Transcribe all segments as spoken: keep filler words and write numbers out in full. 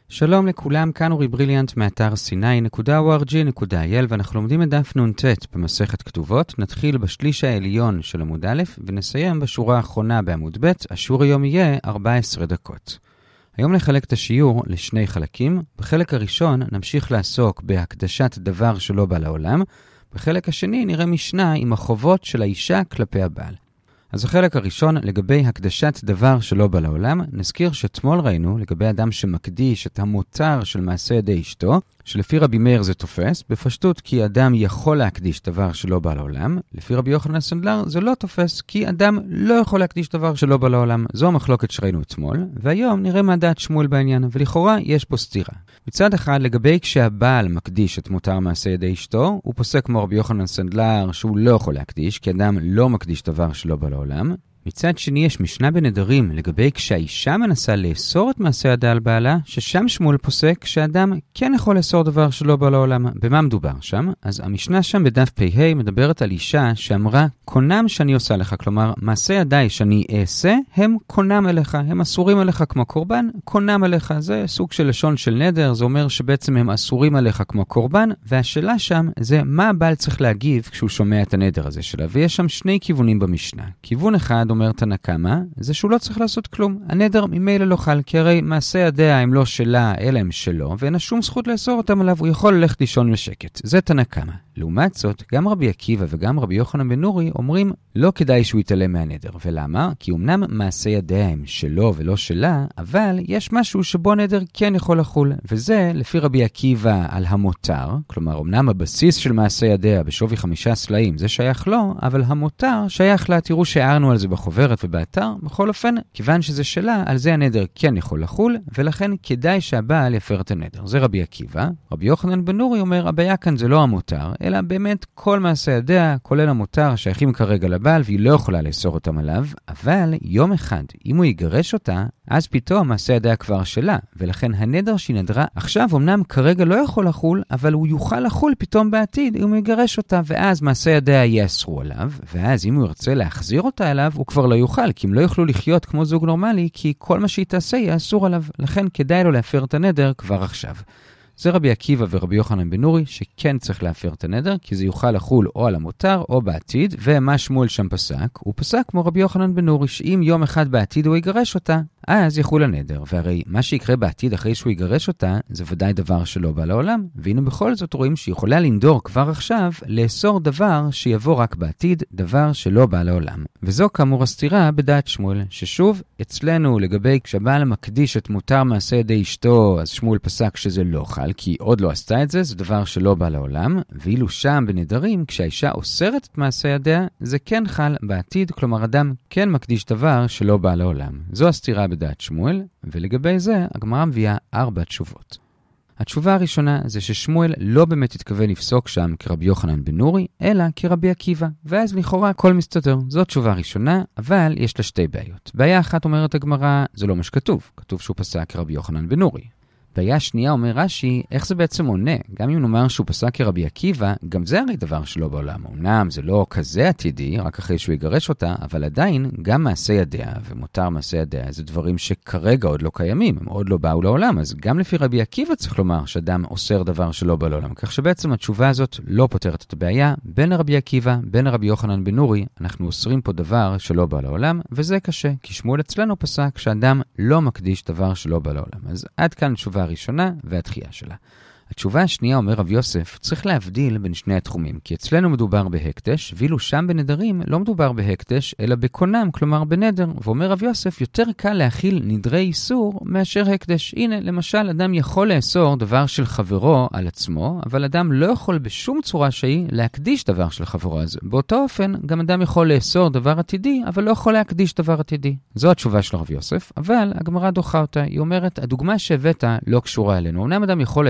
שלום לכולם, כאן אורי בריליאנט מאתר סיני נקודה או אר ג'י נקודה איי אל ואנחנו לומדים את דף נ"ט במסכת כתובות. נתחיל בשליש העליון של עמוד א' ונסיים בשורה האחרונה בעמוד ב'. השיעור היום יהיה ארבע עשרה דקות. היום נחלק את השיעור לשני חלקים. בחלק הראשון נמשיך לעסוק בהקדשת דבר שלא בא לעולם. בחלק השני נראה משנה עם החובות של האישה כלפי הבעל. אז החלק הראשון, לגבי הקדשת דבר שלא בא לעולם, נזכיר שתמול ראינו לגבי אדם שמקדיש את המותר של מעשה ידי אשתו, שלפי רבי מאיר זה תופס, בפשטות כי אדם יכול להקדיש דבר שלא בא לעולם, לפי רבי יוחנן סנדלר זה לא תופס, כי אדם לא יכול להקדיש דבר שלא בא לעולם. זו המחלוקת שראינו אתמול, והיום נראה מה דעת שמואל בעניין, ולכאורה יש פה סתירה. מצד אחד, לגבי כשהבעל מקדיש את מותר מעשה ידי אשתו, הוא פוסק כמו רבי יוחנן סנדלר שהוא לא יכול להקדיש, כי אדם לא מקדיש דבר שלא בא לעולם. מצד שני יש משנה בנדרים לגבי כשהאישה מנסה לאסור את מעשה ידה על בעלה, ששם שמואל פוסק שאדם כן יכול לאסור דבר שלא בא לעולם. במה מדובר שם? אז המשנה שם בדף פ"ה מדברת על אישה שאמרה קונם שאני עושה לך, כלומר מעשה ידיי שאני אעשה הם קונם אליך, הם אסורים עליך כמו קורבן, קונם אליך. זה סוג של לשון של נדר, זה אומר שבעצם הם אסורים עליך כמו קורבן, והשאלה שם זה מה הבעל צריך להגיב כשהוא שומע את הנדר הזה שלה. ויש שם שני כיוונים במשנה. כיוון אחד אומר תנא קמא, זה שהוא לא צריך לעשות כלום. הנדר ממילא לא חל, כי הרי מעשה ידיה הם לא שלה, אלא הם שלו, ואין לה שום זכות לאסור אותם עליו, הוא יכול ללכת לישון בשקט. זה תנא קמא. לעומת זאת, גם רבי עקיבא וגם רבי יוחנן בן נורי אומרים, לא כדאי שהוא יתעלם מהנדר. ולמה? כי אמנם מעשה ידיה הם שלו ולא שלה, אבל יש משהו שבו הנדר כן יכול לחול, וזה לפי רבי עקיבא על המותר, כלומר אמנם הבסיס של מעשה ידיה בשווי חמישה סלעים, זה שייך לו, אבל המותר שייך לה. תראו שהערנו על זה בחוברת ובאתר. בכל אופן, כיוון שזה שלה, על זה הנדר כן יכול לחול, ולכן כדאי שהבעל יפר את הנדר. זה רבי עקיבא. רבי יוחנן בן נורי אומר, הבעיה כאן זה לא המותר, אלא באמת כל מעשה ידיה, כולל המותר, שייכים כרגע לבעל, והיא לא יכולה לאסור אותם עליו, אבל יום אחד, אם הוא יגרש אותה, אז פתאום מעשה ידיה כבר שלה, ולכן הנדר שהיא נדרה עכשיו אמנם כרגע לא יכול לחול, אבל הוא יוכל לחול פתאום בעתיד אם הוא יגרש אותה, ואז מעשה ידיה יאסרו עליו, ואז אם הוא ירצה להחזיר אותה אליו, הוא כבר לא יוכל, כי הם לא יוכלו לחיות כמו זוג נורמלי, כי כל מה שהיא תעשה יאסור עליו, לכן כדאי לו להפר את הנדר כבר עכשיו. זה רבי עקיבא ורבי יוחנן בן נורי שכן צריך להפר את הנדר, כי זה יוכל לחול או על המותר או בעתיד, ומה שמואל שם פסק? הוא פסק כמו רבי יוחנן בן נורי, שאם יום אחד בעתיד הוא יגרש אותה, אז יחול הנדר. והרי מה שיקרה בעתיד אחרי שהוא יגרש אותה, זה ודאי דבר שלא בא לעולם, והנה בכל זאת רואים שיכולה לנדור כבר עכשיו, לאסור דבר שיבוא רק בעתיד, דבר שלא בא לעולם. וזו כאמור הסתירה בדעת שמואל, ששוב, אצלנו לגבי כשהבעל מקדיש את מותר מעשה ידי אשתו, אז שמואל פסק שזה לא חל, כי עוד לא עשתה את זה, זה דבר שלא בא לעולם, ואילו שם בנדרים, כשהאישה אוסרת את מעשה ידיה, זה כן חל בעתיד, כלומר אדם כן מקדיש דבר שלא בא לעולם. זו הסתירה בדעת שמואל, ולגבי זה הגמרא מביאה ארבע תשובות. התשובה הראשונה זה ששמואל לא באמת התכוון לפסוק שם כרבי יוחנן בן נורי, אלא כרבי עקיבא, ואז לכאורה הכל מסתדר. זו תשובה ראשונה, אבל יש לה שתי בעיות. בעיה אחת אומרת הגמרא, זה לא מה שכתוב. כתוב שהוא פסק כרבי יוחנן בן נורי. בעיה שנייה אומר רש"י, איך זה בעצם עונה? גם אם נאמר שהוא פסק כרבי עקיבא, גם זה הרי דבר שלא בעולם. אמנם זה לא כזה עתידי, רק אחרי שהוא יגרש אותה, אבל עדיין גם מעשה ידיה ומותר מעשה ידיה זה דברים שכרגע עוד לא קיימים, הם עוד לא באו לעולם. אז גם לפי רבי עקיבא צריך לומר שאדם אוסר דבר שלא בא לעולם. כך שבעצם התשובה הזאת לא פותרת את הבעיה. בין רבי עקיבא, בין רבי יוחנן בן נורי, אנחנו אוסרים פה דבר שלא בא לעולם, וזה קשה, כי שמואל אצלנו פסק שאדם לא מקדיש דבר שלא בא לעולם. אז עד כאן תשובה הראשונה והתחייה שלה. התשובה השנייה, אומר רב יוסף, צריך להבדיל בין שני התחומים, כי אצלנו מדובר בהקדש, ואילו שם בנדרים לא מדובר בהקדש, אלא בקונם, כלומר בנדר. ואומר רב יוסף, יותר קל להכיל נדרי איסור מאשר הקדש. הנה, למשל, אדם יכול לאסור דבר של חברו על עצמו, אבל אדם לא יכול בשום צורה שהיא להקדיש דבר של חברו. אז באותו אופן, גם אדם יכול לאסור דבר עתידי, אבל לא יכול להקדיש דבר עתידי. זו התשובה של רב יוסף, אבל הגמרא דוחה אותה. היא אומרת, הדוגמה שהבאת לא קשורה אלינו. אמנם אדם יכול לאסור דבר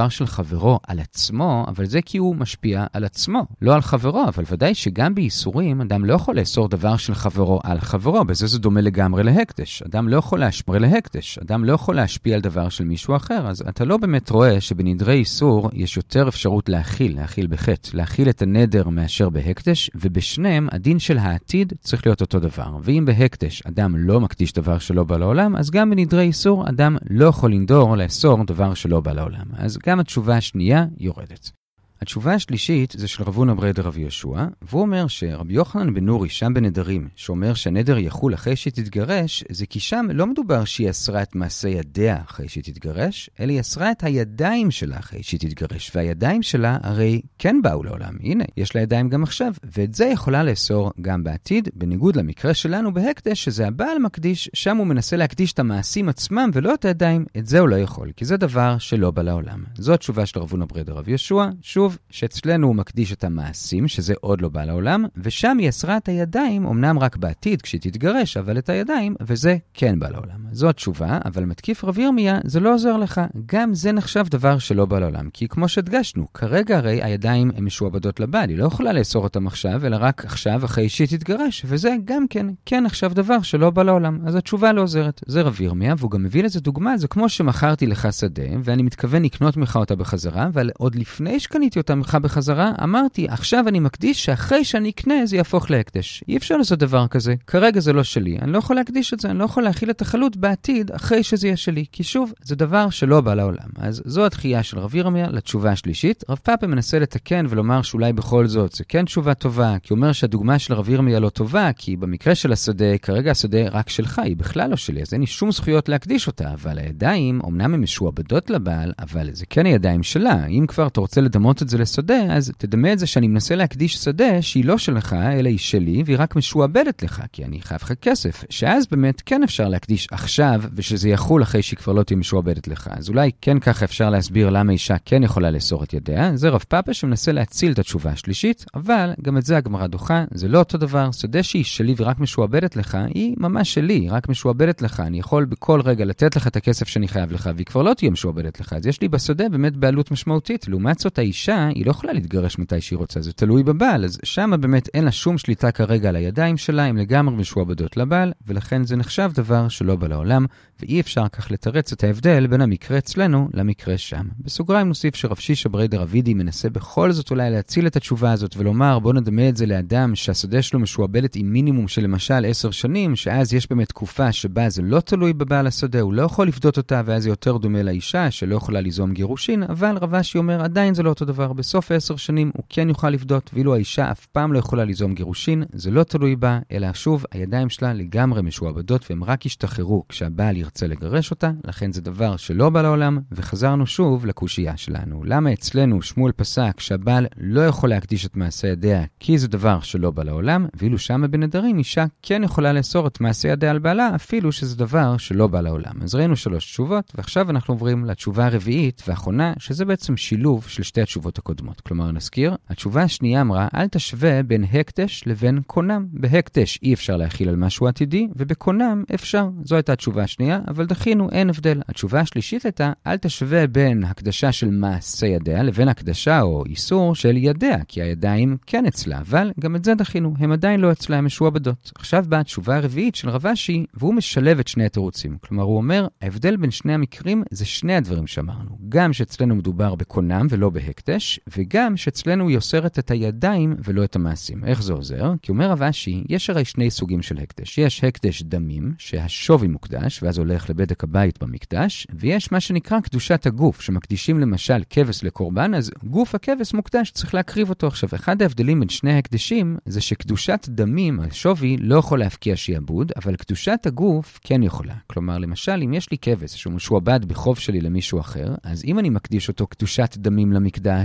דבר של חברו על עצמו, אבל זה כי הוא משפיע על עצמו, לא על חברו, אבל ודאי שגם באיסורים, אדם לא יכול לאסור דבר של חברו על חברו, בזה זה דומה לגמרי להקדש. אדם לא יכול להשפיע להקדש, אדם לא יכול להשפיע על דבר של מישהו אחר, אז אתה לא באמת רואה שבנדרי איסור יש יותר אפשרות להכיל, להכיל בחטא, להכיל את הנדר מאשר בהקדש, ובשניהם הדין של העתיד צריך להיות אותו דבר. ואם בהקדש אדם לא מקדיש דבר שלא בא לעולם, אז גם בנדרי איסור אדם לא יכול לנדור או לאסור דבר שלא בא לעולם. אז גם התשובה השנייה יורדת. התשובה השלישית זה של רב הונא ברי דרב יהושע, והוא אומר שרבי יוחנן בן נורי שם בנדרים, שאומר שהנדר יחול אחרי שתתגרש, זה כי שם לא מדובר שהיא אסרה את מעשה ידיה אחרי שתתגרש, אלא היא אסרה את הידיים שלה אחרי שתתגרש, והידיים שלה הרי כן באו לעולם. הנה, יש לה ידיים גם עכשיו, ואת זה יכולה לאסור גם בעתיד, בניגוד למקרה שלנו בהקדש, שזה הבעל מקדיש, שם הוא מנסה להקדיש את המעשים עצמם ולא את הידיים, את זה הוא לא יכול, כי זה דבר שלא בא לעולם. זו התשובה של רב הונא ברי דרב יהושע, שוב, שאצלנו הוא מקדיש את המעשים, שזה עוד לא בא לעולם, ושם היא אסרה את הידיים, אמנם רק בעתיד כשהיא תתגרש, אבל את הידיים, וזה כן בא לעולם. זו התשובה, אבל מתקיף רב ירמיה, זה לא עוזר לך. גם זה נחשב דבר שלא בא לעולם, כי כמו שהדגשנו, כרגע הרי הידיים הן משועבדות לבעל, היא לא יכולה לאסור אותם עכשיו, אלא רק עכשיו אחרי שהיא תתגרש, וזה גם כן, כן נחשב דבר שלא בא לעולם. אז התשובה לא עוזרת. זה רב ירמיה, והוא גם מביא לזה דוגמה, זה כמו שמכרתי לך שדה, ואני מתכוון לקנות ממך אותה בחזרה, אבל עוד לפני שקניתי אותה ממך בחזרה, אמרתי, עכשיו אני מקדיש שאחרי שאני אקנה זה יהפוך להקדש. אי אפשר לעשות דבר כזה. כרגע זה לא שלי. אני לא יכול להקדיש את זה, אני לא יכול להכיל את החלות בעתיד אחרי שזה יהיה שלי. כי שוב, זה דבר שלא בא לעולם. אז זו התחייה של רב ירמיה לתשובה השלישית. רב פאפה מנסה לתקן ולומר שאולי בכל זאת זה כן תשובה טובה, כי הוא אומר שהדוגמה של רב ירמיה לא טובה, כי במקרה של השדה, כרגע השדה רק שלך, היא בכלל לא שלי, אז אין לי שום זכויות להקדיש אותה, אבל הידיים, אמנם הן משועבדות לבעל, אבל זה כן הידיים שלה. אם כבר אתה רוצה לדמות את זה לשדה, אז תדמה את זה שאני מנסה להקדיש שדה שהיא לא שלך, אלא היא שלי, והיא רק משועבדת לך, כי אני חייב לך כסף, שאז באמת כן אפשר להקדיש עכשיו, ושזה יחול אחרי שהיא כבר לא תהיה משועבדת לך. אז אולי כן ככה אפשר להסביר למה אישה כן יכולה לאסור את ידיה. זה רב פאפה שמנסה להציל את התשובה השלישית, אבל גם את זה הגמרא דוחה, זה לא אותו דבר. שדה שהיא שלי ורק משועבדת לך, היא ממש שלי, רק משועבדת לך. אני יכול בכל רגע לתת לך את הכסף שאני חייב לך, והיא כבר לא תהיה משועבדת לך. אז יש לי בשדה באמת בעלות משמעותית. לעומת זאת, האישה, היא לא יכולה להתגרש מתי שהיא רוצה, זה תלוי בבעל, אז שם באמת אין לה שום שליטה כרגע על הידיים שלה, הם לגמרי משועבדות לבעל, ולכן זה נחשב דבר שלא בא לעולם, ואי אפשר כך לתרץ את ההבדל בין המקרה אצלנו למקרה שם. בסוגריים נוסיף שרב שישא ברי דרב וידי מנסה בכל זאת אולי להציל את התשובה הזאת ולומר, בוא נדמה את זה לאדם שהשדה שלו משועבדת עם מינימום של למשל עשר שנים, שאז יש באמת תקופה שבה זה לא תלוי בבעל השדה, הוא לא יכול לפדות אותה, ואז זה יותר דומה לאישה שלא יכולה ליזום גירושין, אבל רב אשי אומר, עדיין זה לא אותו דבר. בסוף עשר שנים הוא כן יוכל לפדות, ואילו האישה אף פעם לא יכולה ליזום גירושין, זה לא תלוי בה, אלא שוב, הידיים שלה לגמרי משועבדות, והם רק ישתחררו כשהבעל ירצה לגרש אותה, לכן זה דבר שלא בא לעולם, וחזרנו שוב לקושייה שלנו. למה אצלנו שמואל פסק שהבעל לא יכול להקדיש את מעשה ידיה, כי זה דבר שלא בא לעולם, ואילו שם בנדרים אישה כן יכולה לאסור את מעשה ידיה על בעלה, אפילו שזה דבר שלא בא לעולם. אז ראינו שלוש תשובות, ועכשיו אנחנו עוברים לתשובה הרביעית והאחרונה, שזה בעצם שילוב של שתי התשובות הקודמות. כלומר, נזכיר, התשובה השנייה אמרה, אל תשווה בין הקדש לבין קונם. בהקדש אי אפשר להכיל על משהו עתידי, ובקונם אפשר. זו הייתה התשובה השנייה, אבל דחינו, אין הבדל. התשובה השלישית הייתה, אל תשווה בין הקדשה של מעשה ידיה לבין הקדשה או איסור של ידיה, כי הידיים כן אצלה, אבל גם את זה דחינו, הם עדיין לא אצלה, הם משועבדות. עכשיו באה התשובה הרביעית של רב אשי, והוא משלב את שני התירוצים. כלומר, הוא אומר, ההבדל בין שני המקרים זה שני הדברים שאמרנו. גם שאצלנו מדובר בקונם ולא בהקדש, וגם שאצלנו היא אוסרת את הידיים ולא את המעשים. איך זה עוזר? כי אומר רב אשי, יש הרי שני סוגים של הקדש. יש הקדש דמים, שהשווי מוקדש, ואז הולך לבדק הבית במקדש, ויש מה שנקרא קדושת הגוף, שמקדישים למשל כבש לקורבן, אז גוף הכבש מוקדש, צריך להקריב אותו. עכשיו, אחד ההבדלים בין שני הקדשים, זה שקדושת דמים, השווי, לא יכול להפקיע שיעבוד, אבל קדושת הגוף כן יכולה. כלומר, למשל, אם יש לי כבש שהוא משועבד בחוב שלי למישהו אחר, אז אם אני מקדיש אותו קדושת דמים למקדש,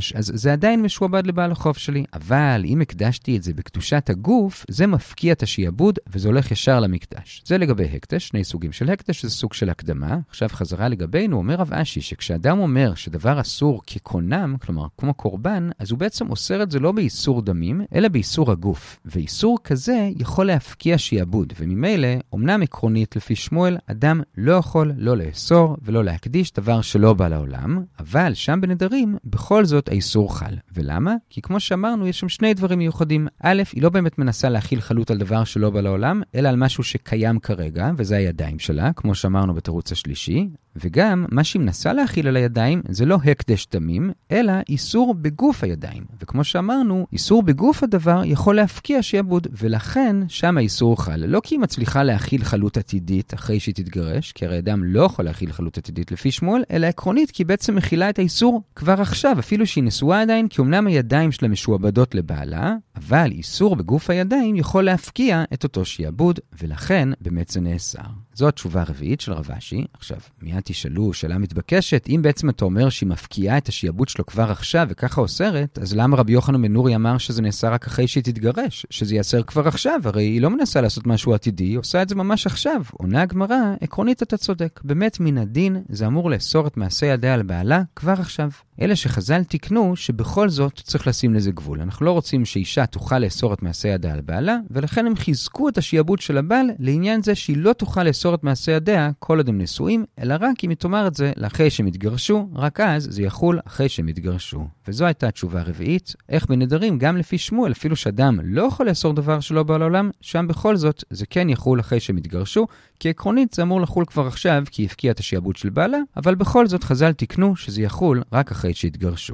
הקדש, אז זה עדיין משועבד לבעל החוב שלי. אבל אם הקדשתי את זה בקדושת הגוף, זה מפקיע את השיעבוד, וזה הולך ישר למקדש. זה לגבי הקדש, שני סוגים של הקדש, זה סוג של הקדמה. עכשיו חזרה לגבינו, אומר רב אשי, שכשאדם אומר שדבר אסור כקונם, כלומר כמו קורבן, אז הוא בעצם אוסר את זה לא באיסור דמים, אלא באיסור הגוף. ואיסור כזה יכול להפקיע שיעבוד, וממילא, אמנם עקרונית לפי שמואל, אדם לא יכול לא לאסור ולא להקדיש דבר שלא בא לעולם, אבל שם בנדרים, בכל זאת האיסור חל. ולמה? כי כמו שאמרנו, יש שם שני דברים מיוחדים. א', היא לא באמת מנסה להכיל חלות על דבר שלא בא לעולם, אלא על משהו שקיים כרגע, וזה הידיים שלה, כמו שאמרנו בתירוץ השלישי. וגם, מה שהיא מנסה להכיל על הידיים, זה לא הקדש דמים, אלא איסור בגוף הידיים. וכמו שאמרנו, איסור בגוף הדבר יכול להפקיע שיעבוד, ולכן שם האיסור חל. לא כי היא מצליחה להכיל חלות עתידית אחרי שהיא תתגרש, כי הרי אדם לא יכול להכיל חלות עתידית לפי שמואל, אלא עקרונית, כי היא בעצם מכילה את האיסור כבר עכשיו, אפילו שהיא נשואה עדיין, כי אמנם הידיים שלה משועבדות לבעלה, אבל איסור בגוף הידיים יכול להפקיע את אותו שיעבוד, ולכן באמת זה נאסר. זו התשובה הרביעית של רב אשי. עכשיו, מיד תשאלו, שאלה מתבקשת, אם בעצם אתה אומר שהיא מפקיעה את השיעבוד שלו כבר עכשיו וככה אוסרת, אז למה רבי יוחנן בן נורי אמר שזה נעשה רק אחרי שהיא תתגרש? שזה יאסר כבר עכשיו, הרי היא לא מנסה לעשות משהו עתידי, היא עושה את זה ממש עכשיו. עונה הגמרא, עקרונית אתה צודק. באמת מן הדין זה אמור לאסור את מעשה ידיה על בעלה כבר עכשיו. אלא שחז"ל תיקנו שבכל זאת צריך לשים לזה גבול. אנחנו לא רוצים שאישה תוכל לאסור את מעשה ידיה על בעלה, ולכן הם חיזקו את השיעבוד של הבעל לעניין זה שהיא לא תוכל לאסור את מעשה ידיה כל עוד הם נשואים, אלא רק אם היא תאמר את זה לאחרי שהם יתגרשו, רק אז זה יחול אחרי שהם יתגרשו. וזו הייתה התשובה הרביעית, איך בנדרים גם לפי שמואל, אפילו שאדם לא יכול לאסור דבר שלא בא לעולם, שם בכל זאת זה כן יחול אחרי שהם יתגרשו, כי עקרונית זה אמור לחול כבר עכשיו, כי הפקיע את השיעבוד של בעלה, אבל בכל זאת חז"ל תיקנו שזה יחול רק אחרי שהתגרשו.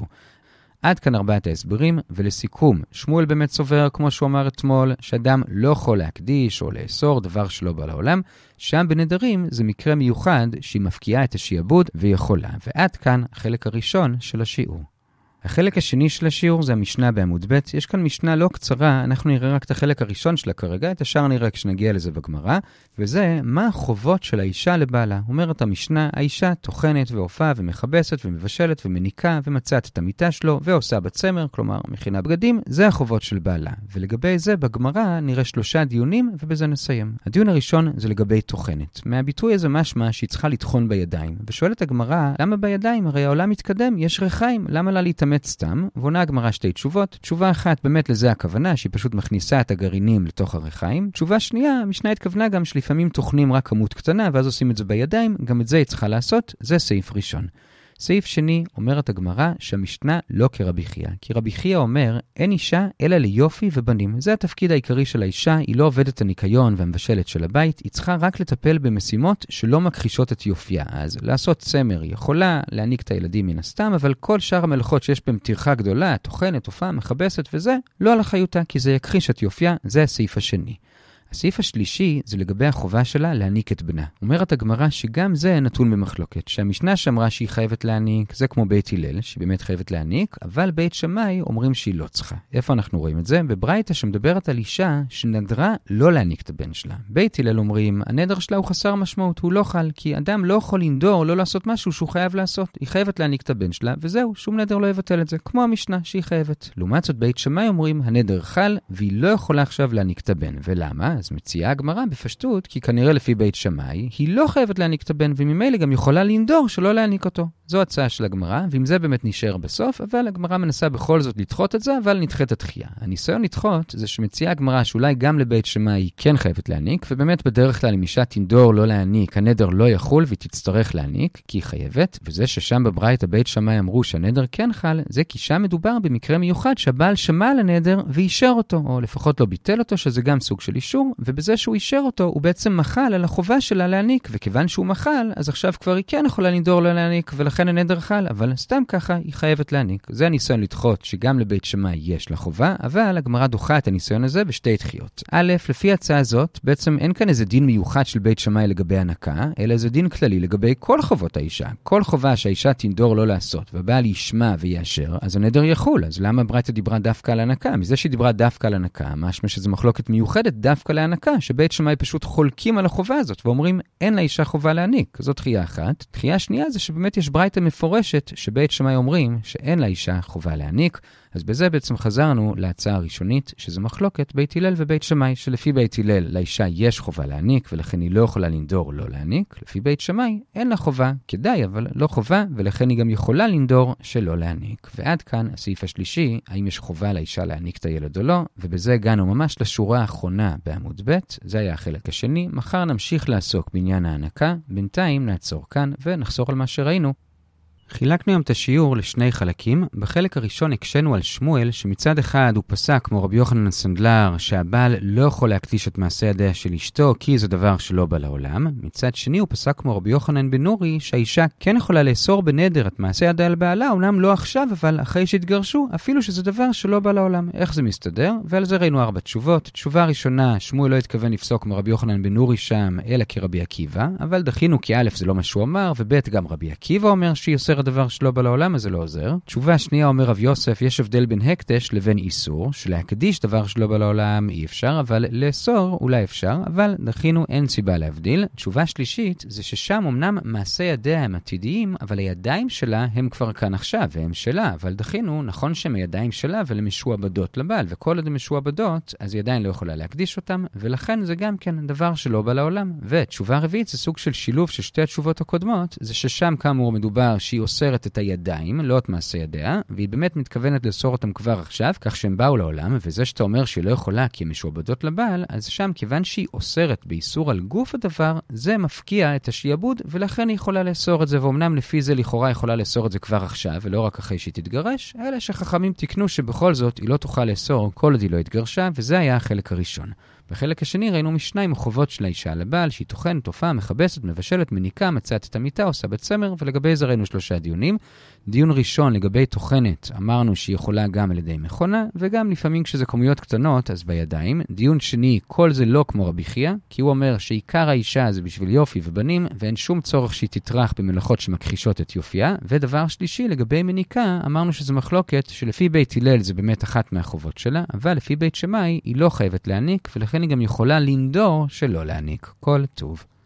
עד כאן ארבעת ההסברים, ולסיכום, שמואל באמת סובר, כמו שהוא אמר אתמול, שאדם לא יכול להקדיש או לאסור דבר שלא בא לעולם, שם בנדרים זה מקרה מיוחד שהיא מפקיעה את השיעבוד ויכולה. ועד כאן החלק הראשון של השיעור. החלק השני של השיעור זה המשנה בעמוד ב'. יש כאן משנה לא קצרה, אנחנו נראה רק את החלק הראשון שלה כרגע, את השאר נראה כשנגיע לזה בגמרא, וזה מה החובות של האישה לבעלה. אומרת המשנה, האישה טוחנת והופעה ומחבסת ומבשלת ומניקה ומצאת את המיטה שלו ועושה בצמר, כלומר מכינה בגדים, זה החובות של בעלה. ולגבי זה בגמרא נראה שלושה דיונים ובזה נסיים. הדיון הראשון זה לגבי טוחנת. מהביטוי הזה משמע שהיא צריכה לטחון בידיים. ושואלת הגמרא, למה בידיים? הרי העולם מתקדם, יש ריחיים, למה לה להתאמץ סתם? ועונה הגמרא שתי תשובות. תשובה אחת, באמת לזה הכוונה, שהיא פשוט מכניסה את הגרעינים לתוך הריחיים. תשובה שנייה, המשנה התכוונה גם שלפעמים טוחנים רק כמות קטנה, ואז עושים את זה בידיים, גם את זה היא צריכה לעשות, זה סעיף ראשון. סעיף שני, אומרת הגמרא שהמשנה לא כרבי חייא. כי רבי חייא אומר, אין אישה אלא ליופי ובנים. זה התפקיד העיקרי של האישה, היא לא עובדת הניקיון והמבשלת של הבית, היא צריכה רק לטפל במשימות שלא מכחישות את יופייה. אז לעשות צמר היא יכולה, להעניק את הילדים מן הסתם, אבל כל שאר המלאכות שיש בהם טרחה גדולה, טוחנת, הופעה, מכבסת וזה, לא על אחריותה, כי זה יכחיש את יופייה, זה הסעיף השני. הסעיף השלישי זה לגבי החובה שלה להעניק את בנה. אומרת הגמרא שגם זה נתון במחלוקת, שהמשנה שאמרה שהיא חייבת להעניק, זה כמו בית הלל, שהיא באמת חייבת להעניק, אבל בית שמאי אומרים שהיא לא צריכה. איפה אנחנו רואים את זה? בברייתא שמדברת על אישה שנדרה לא להעניק את הבן שלה. בית הלל אומרים, הנדר שלה הוא חסר משמעות, הוא לא חל, כי אדם לא יכול לנדור, לא לעשות משהו שהוא חייב לעשות. היא חייבת להעניק את הבן שלה, וזהו, שום נדר לא יבטל את זה, כמו המשנה שהיא חייבת. לעומת זאת בית שמאי אומרים, הנדר חל, והיא לא יכולה עכשיו להעניק את הבן. ולמה? אז מציעה הגמרא בפשטות, כי כנראה לפי בית שמאי, היא לא חייבת להעניק את הבן, וממילא גם יכולה לנדור שלא להעניק אותו. זו הצעה של הגמרא, ועם זה באמת נשאר בסוף, אבל הגמרא מנסה בכל זאת לדחות את זה, אבל נדחת התחייה. הניסיון לדחות זה שמציעה הגמרא שאולי גם לבית שמאי היא כן חייבת להעניק, ובאמת בדרך כלל אם אישה תנדור לא להעניק, הנדר לא יחול והיא תצטרך להעניק, כי היא חייבת, וזה ששם בברייתא בית שמאי אמרו שהנדר כן חל, זה כי שם מדובר במקרה מיוחד שהבעל שמע על הנדר ואישר אותו, או לפחות לא ביטל אותו, שזה גם סוג של אישור, ובזה שהוא אישר אותו, הוא בעצם מחל על החובה שלה להעניק, וכיוון שהוא מחל, אז עכשיו כבר היא כן יכולה לנדור לא להעניק, ולכן הנדר חל, אבל סתם ככה היא חייבת להעניק. זה הניסיון לדחות שגם לבית שמאי יש לה חובה, אבל הגמרא דוחה את הניסיון הזה בשתי דחיות. א', לפי ההצעה הזאת, בעצם אין כאן איזה דין מיוחד של בית שמאי לגבי הנקה, אלא איזה דין כללי לגבי כל חובות האישה. כל חובה שהאישה תנדור לא לעשות, והבעל ישמע ויאשר, אז הנדר יחול. אז למה ברייתא דיברה דווקא על הנקה? מזה שהיא דיברה דווקא על הנקה, משמע שזה מחלוקת מיוחדת דווקא להנקה, שבית שמאי פשוט חולקים על החובה הזאת ואומרים אין לאישה חובה להעניק. זאת דחייה אחת. דחייה שנייה זה שבאמת יש ברייתא ברייתא מפורשת שבית שמאי אומרים שאין לאישה חובה להניק, אז בזה בעצם חזרנו להצעה הראשונית, שזה מחלוקת בית הלל ובית שמאי, שלפי בית הלל לאישה יש חובה להניק, ולכן היא לא יכולה לנדור לא להניק. לפי בית שמאי אין לה חובה, כדאי אבל לא חובה, ולכן היא גם יכולה לנדור שלא להניק. ועד כאן הסעיף השלישי, האם יש חובה לאישה להניק את הילד או לא, ובזה הגענו ממש לשורה האחרונה בעמוד ב', זה היה החלק השני. מחר נמשיך לעסוק בעניין ההנקה, בינתיים נעצור כאן ונחזור על מה שראינו. חילקנו היום את השיעור לשני חלקים. בחלק הראשון הקשנו על שמואל, שמצד אחד הוא פסק כמו רבי יוחנן הסנדלר, שהבעל לא יכול להקדיש את מעשה ידיה של אשתו, כי זה דבר שלא בא לעולם. מצד שני הוא פסק כמו רבי יוחנן בן נורי, שהאישה כן יכולה לאסור בנדר את מעשה ידיה על בעלה, אומנם לא עכשיו, אבל אחרי שהתגרשו, אפילו שזה דבר שלא בא לעולם. איך זה מסתדר? ועל זה ראינו ארבע תשובות. תשובה ראשונה, שמואל לא התכוון לפסוק כמו רבי יוחנן בן נורי שם, אלא כרבי עקיבא, אבל דחינו כי א' זה לא מה שהוא אמר, וב' גם רבי עקיבא אומר שהיא הדבר שלא בא לעולם, אז זה לא עוזר. תשובה שנייה אומר רב יוסף, יש הבדל בין הקדש לבין איסור, שלהקדיש דבר שלא בא לעולם אי אפשר, אבל לאסור אולי אפשר, אבל דחינו אין סיבה להבדיל. תשובה שלישית זה ששם אמנם מעשה ידיה הם עתידיים, אבל הידיים שלה הם כבר כאן עכשיו, והם שלה, אבל דחינו, נכון שהם הידיים שלה, אבל הם משועבדות לבעל, וכל עוד הם משועבדות, אז היא עדיין לא יכולה להקדיש אותם, ולכן זה גם כן דבר שלא בא לעולם. ותשובה רביעית זה סוג של שילוב של שתי התשובות הקודמות, זה ששם כאמור מדובר שהיא אוסרת את הידיים, לא את מעשה ידיה, והיא באמת מתכוונת לאסור אותם כבר עכשיו, כך שהם באו לעולם, וזה שאתה אומר שהיא לא יכולה כי הן משועבדות לבעל, אז שם כיוון שהיא אוסרת באיסור על גוף הדבר, זה מפקיע את השיעבוד, ולכן היא יכולה לאסור את זה, ואומנם לפי זה לכאורה יכולה לאסור את זה כבר עכשיו, ולא רק אחרי שהיא תתגרש, אלא שחכמים תקנו שבכל זאת היא לא תוכל לאסור כל עוד היא לא התגרשה, וזה היה החלק הראשון. בחלק השני ראינו משניים החובות של האישה לבעל, שהיא טוחנת, תופעה, מכבסת, מבשלת, מניקה, מצאת את המיטה, עושה בצמר, ולגבי זה ראינו שלושה דיונים. דיון ראשון לגבי טוחנת, אמרנו שהיא יכולה גם על ידי מכונה, וגם לפעמים כשזה כמויות קטנות, אז בידיים. דיון שני, כל זה לא כמו רבי חייא, כי הוא אומר שעיקר האישה זה בשביל יופי ובנים, ואין שום צורך שהיא תטרח במלאכות שמכחישות את יופייה. ודבר שלישי, לגבי מניקה, אמרנו שזה מחלוקת שלפי בית הלל זה באמת אחת מהחובות שלה, אבל לפי בית שמאי היא לא חייבת להניק, ולכן היא גם יכולה לנדור שלא להניק. כל טוב.